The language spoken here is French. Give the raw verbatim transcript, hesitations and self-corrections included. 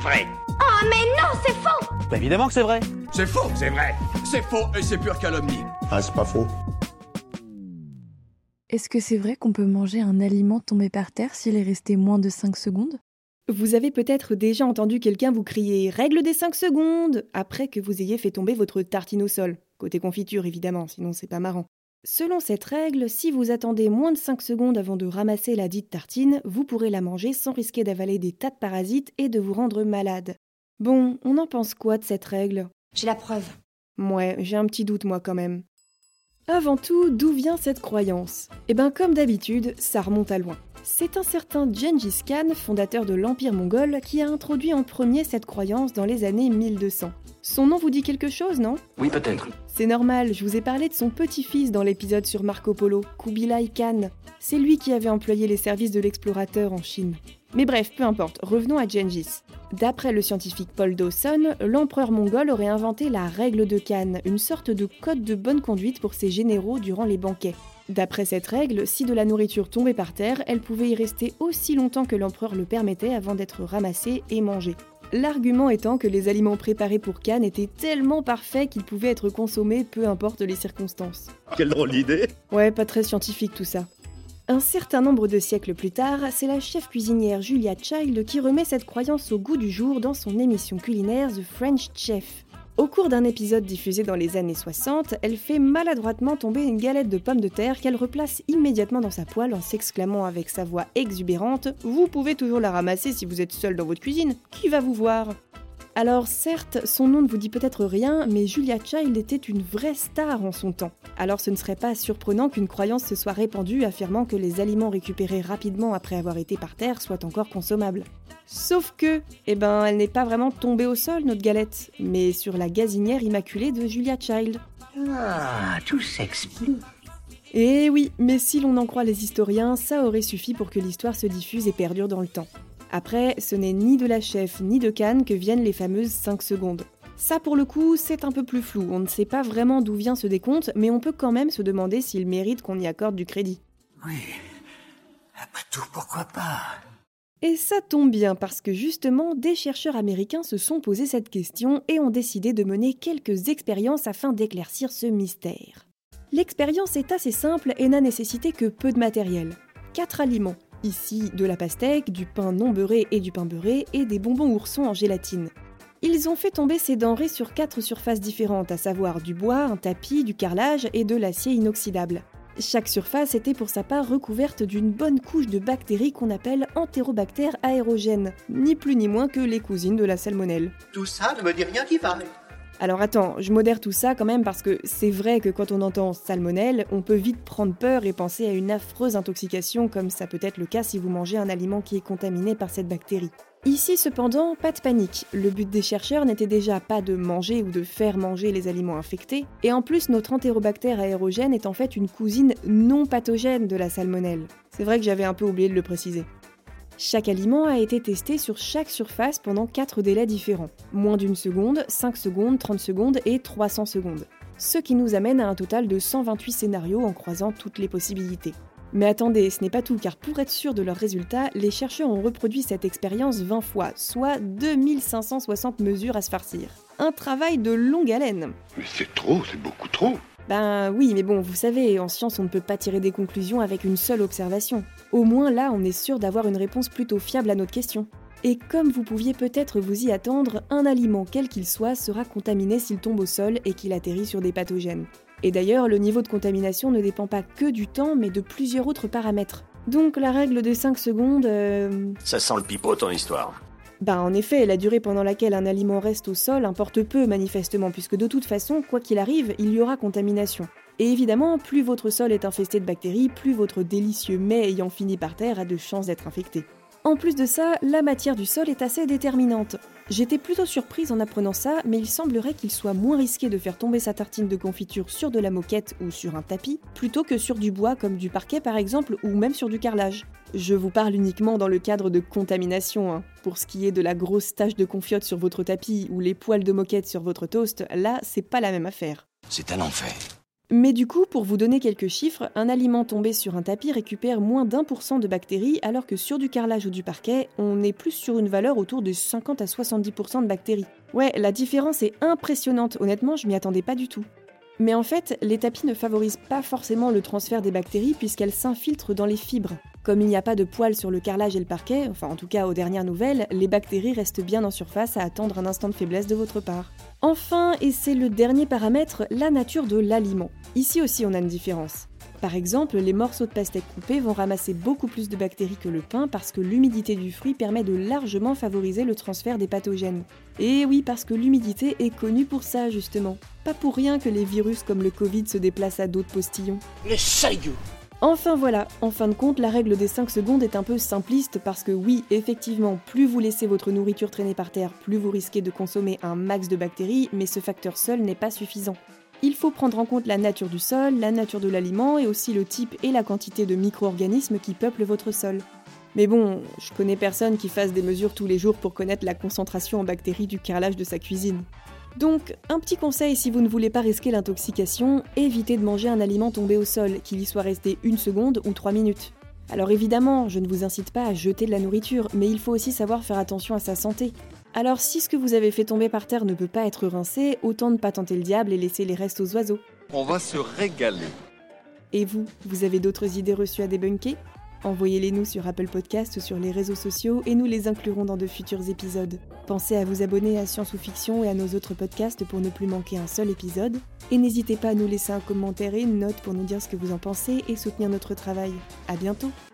vrai. Oh mais non, c'est faux. Bah évidemment que c'est vrai. C'est faux, c'est vrai. C'est faux et c'est pure calomnie. Ah, c'est pas faux. Est-ce que c'est vrai qu'on peut manger un aliment tombé par terre s'il est resté moins de cinq secondes ? Vous avez peut-être déjà entendu quelqu'un vous crier « Règle des cinq secondes » après que vous ayez fait tomber votre tartine au sol. Côté confiture évidemment, sinon c'est pas marrant. Selon cette règle, si vous attendez moins de cinq secondes avant de ramasser la dite tartine, vous pourrez la manger sans risquer d'avaler des tas de parasites et de vous rendre malade. Bon, on en pense quoi de cette règle ? J'ai la preuve. Ouais, j'ai un petit doute moi quand même. Avant tout, d'où vient cette croyance ? Eh ben comme d'habitude, ça remonte à loin. C'est un certain Gengis Khan, fondateur de l'Empire mongol, qui a introduit en premier cette croyance dans les années mille deux cents. Son nom vous dit quelque chose, non ? Oui, peut-être. C'est normal, je vous ai parlé de son petit-fils dans l'épisode sur Marco Polo, Kubilai Khan. C'est lui qui avait employé les services de l'explorateur en Chine. Mais bref, peu importe, revenons à Gengis. D'après le scientifique Paul Dawson, l'empereur mongol aurait inventé la règle de Khan, une sorte de code de bonne conduite pour ses généraux durant les banquets. D'après cette règle, si de la nourriture tombait par terre, elle pouvait y rester aussi longtemps que l'empereur le permettait avant d'être ramassée et mangée. L'argument étant que les aliments préparés pour Khan étaient tellement parfaits qu'ils pouvaient être consommés peu importe les circonstances. Quelle drôle d'idée. Ouais, pas très scientifique tout ça. Un certain nombre de siècles plus tard, c'est la chef cuisinière Julia Child qui remet cette croyance au goût du jour dans son émission culinaire The French Chef. Au cours d'un épisode diffusé dans les années soixante, elle fait maladroitement tomber une galette de pommes de terre qu'elle replace immédiatement dans sa poêle en s'exclamant avec sa voix exubérante « Vous pouvez toujours la ramasser si vous êtes seul dans votre cuisine, qui va vous voir ?» Alors certes, son nom ne vous dit peut-être rien, mais Julia Child était une vraie star en son temps. Alors ce ne serait pas surprenant qu'une croyance se soit répandue affirmant que les aliments récupérés rapidement après avoir été par terre soient encore consommables. Sauf que, eh ben, elle n'est pas vraiment tombée au sol, notre galette, mais sur la gazinière immaculée de Julia Child. Ah, tout s'explique. Eh oui, mais si l'on en croit les historiens, ça aurait suffi pour que l'histoire se diffuse et perdure dans le temps. Après, ce n'est ni de la chef ni de Khan que viennent les fameuses cinq secondes. Ça pour le coup, c'est un peu plus flou, on ne sait pas vraiment d'où vient ce décompte, mais on peut quand même se demander s'il mérite qu'on y accorde du crédit. Oui, après tout, pourquoi pas ? Et ça tombe bien parce que justement, des chercheurs américains se sont posé cette question et ont décidé de mener quelques expériences afin d'éclaircir ce mystère. L'expérience est assez simple et n'a nécessité que peu de matériel. Quatre aliments. Ici, de la pastèque, du pain non beurré et du pain beurré, et des bonbons oursons en gélatine. Ils ont fait tomber ces denrées sur quatre surfaces différentes, à savoir du bois, un tapis, du carrelage et de l'acier inoxydable. Chaque surface était pour sa part recouverte d'une bonne couche de bactéries qu'on appelle entérobactères aérogènes, ni plus ni moins que les cousines de la salmonelle. Tout ça ne me dit rien qui paraît. Alors attends, je modère tout ça quand même parce que c'est vrai que quand on entend salmonelle, on peut vite prendre peur et penser à une affreuse intoxication comme ça peut être le cas si vous mangez un aliment qui est contaminé par cette bactérie. Ici cependant, pas de panique, le but des chercheurs n'était déjà pas de manger ou de faire manger les aliments infectés, et en plus notre entérobactère aérogène est en fait une cousine non pathogène de la salmonelle. C'est vrai que j'avais un peu oublié de le préciser. Chaque aliment a été testé sur chaque surface pendant quatre délais différents. Moins d'une seconde, cinq secondes, trente secondes et trois cents secondes. Ce qui nous amène à un total de cent vingt-huit scénarios en croisant toutes les possibilités. Mais attendez, ce n'est pas tout, car pour être sûr de leurs résultats, les chercheurs ont reproduit cette expérience vingt fois, soit deux mille cinq cent soixante mesures à se farcir. Un travail de longue haleine. Mais c'est trop, c'est beaucoup trop. Ben oui, mais bon, vous savez, en science on ne peut pas tirer des conclusions avec une seule observation. Au moins là, on est sûr d'avoir une réponse plutôt fiable à notre question. Et comme vous pouviez peut-être vous y attendre, un aliment quel qu'il soit sera contaminé s'il tombe au sol et qu'il atterrit sur des pathogènes. Et d'ailleurs, le niveau de contamination ne dépend pas que du temps, mais de plusieurs autres paramètres. Donc la règle des cinq secondes... Euh... Ça sent le pipeau, ton histoire. Bah en effet, la durée pendant laquelle un aliment reste au sol importe peu manifestement, puisque de toute façon, quoi qu'il arrive, il y aura contamination. Et évidemment, plus votre sol est infesté de bactéries, plus votre délicieux mets ayant fini par terre a de chances d'être infecté. En plus de ça, la matière du sol est assez déterminante. J'étais plutôt surprise en apprenant ça, mais il semblerait qu'il soit moins risqué de faire tomber sa tartine de confiture sur de la moquette ou sur un tapis, plutôt que sur du bois comme du parquet par exemple, ou même sur du carrelage. Je vous parle uniquement dans le cadre de contamination, hein. Pour ce qui est de la grosse tache de confiote sur votre tapis ou les poils de moquette sur votre toast, là, c'est pas la même affaire. C'est un enfer. Mais du coup, pour vous donner quelques chiffres, un aliment tombé sur un tapis récupère moins d'un pour cent de bactéries, alors que sur du carrelage ou du parquet, on est plus sur une valeur autour de cinquante à soixante-dix pour cent de bactéries. Ouais, la différence est impressionnante, honnêtement, je m'y attendais pas du tout. Mais en fait, les tapis ne favorisent pas forcément le transfert des bactéries puisqu'elles s'infiltrent dans les fibres. Comme il n'y a pas de poils sur le carrelage et le parquet, enfin en tout cas aux dernières nouvelles, les bactéries restent bien en surface à attendre un instant de faiblesse de votre part. Enfin, et c'est le dernier paramètre, la nature de l'aliment. Ici aussi on a une différence. Par exemple, les morceaux de pastèque coupés vont ramasser beaucoup plus de bactéries que le pain parce que l'humidité du fruit permet de largement favoriser le transfert des pathogènes. Et oui, parce que l'humidité est connue pour ça justement. Pas pour rien que les virus comme le Covid se déplacent à d'autres postillons. Les saillots. Enfin voilà, en fin de compte, la règle des cinq secondes est un peu simpliste parce que oui, effectivement, plus vous laissez votre nourriture traîner par terre, plus vous risquez de consommer un max de bactéries, mais ce facteur seul n'est pas suffisant. Il faut prendre en compte la nature du sol, la nature de l'aliment et aussi le type et la quantité de micro-organismes qui peuplent votre sol. Mais bon, je connais personne qui fasse des mesures tous les jours pour connaître la concentration en bactéries du carrelage de sa cuisine. Donc, un petit conseil si vous ne voulez pas risquer l'intoxication, évitez de manger un aliment tombé au sol, qu'il y soit resté une seconde ou trois minutes. Alors évidemment, je ne vous incite pas à jeter de la nourriture, mais il faut aussi savoir faire attention à sa santé. Alors si ce que vous avez fait tomber par terre ne peut pas être rincé, autant ne pas tenter le diable et laisser les restes aux oiseaux. On va se régaler. Et vous, vous avez d'autres idées reçues à débunker ? Envoyez-les nous sur Apple Podcast ou sur les réseaux sociaux et nous les inclurons dans de futurs épisodes. Pensez à vous abonner à Science ou Fiction et à nos autres podcasts pour ne plus manquer un seul épisode. Et n'hésitez pas à nous laisser un commentaire et une note pour nous dire ce que vous en pensez et soutenir notre travail. À bientôt!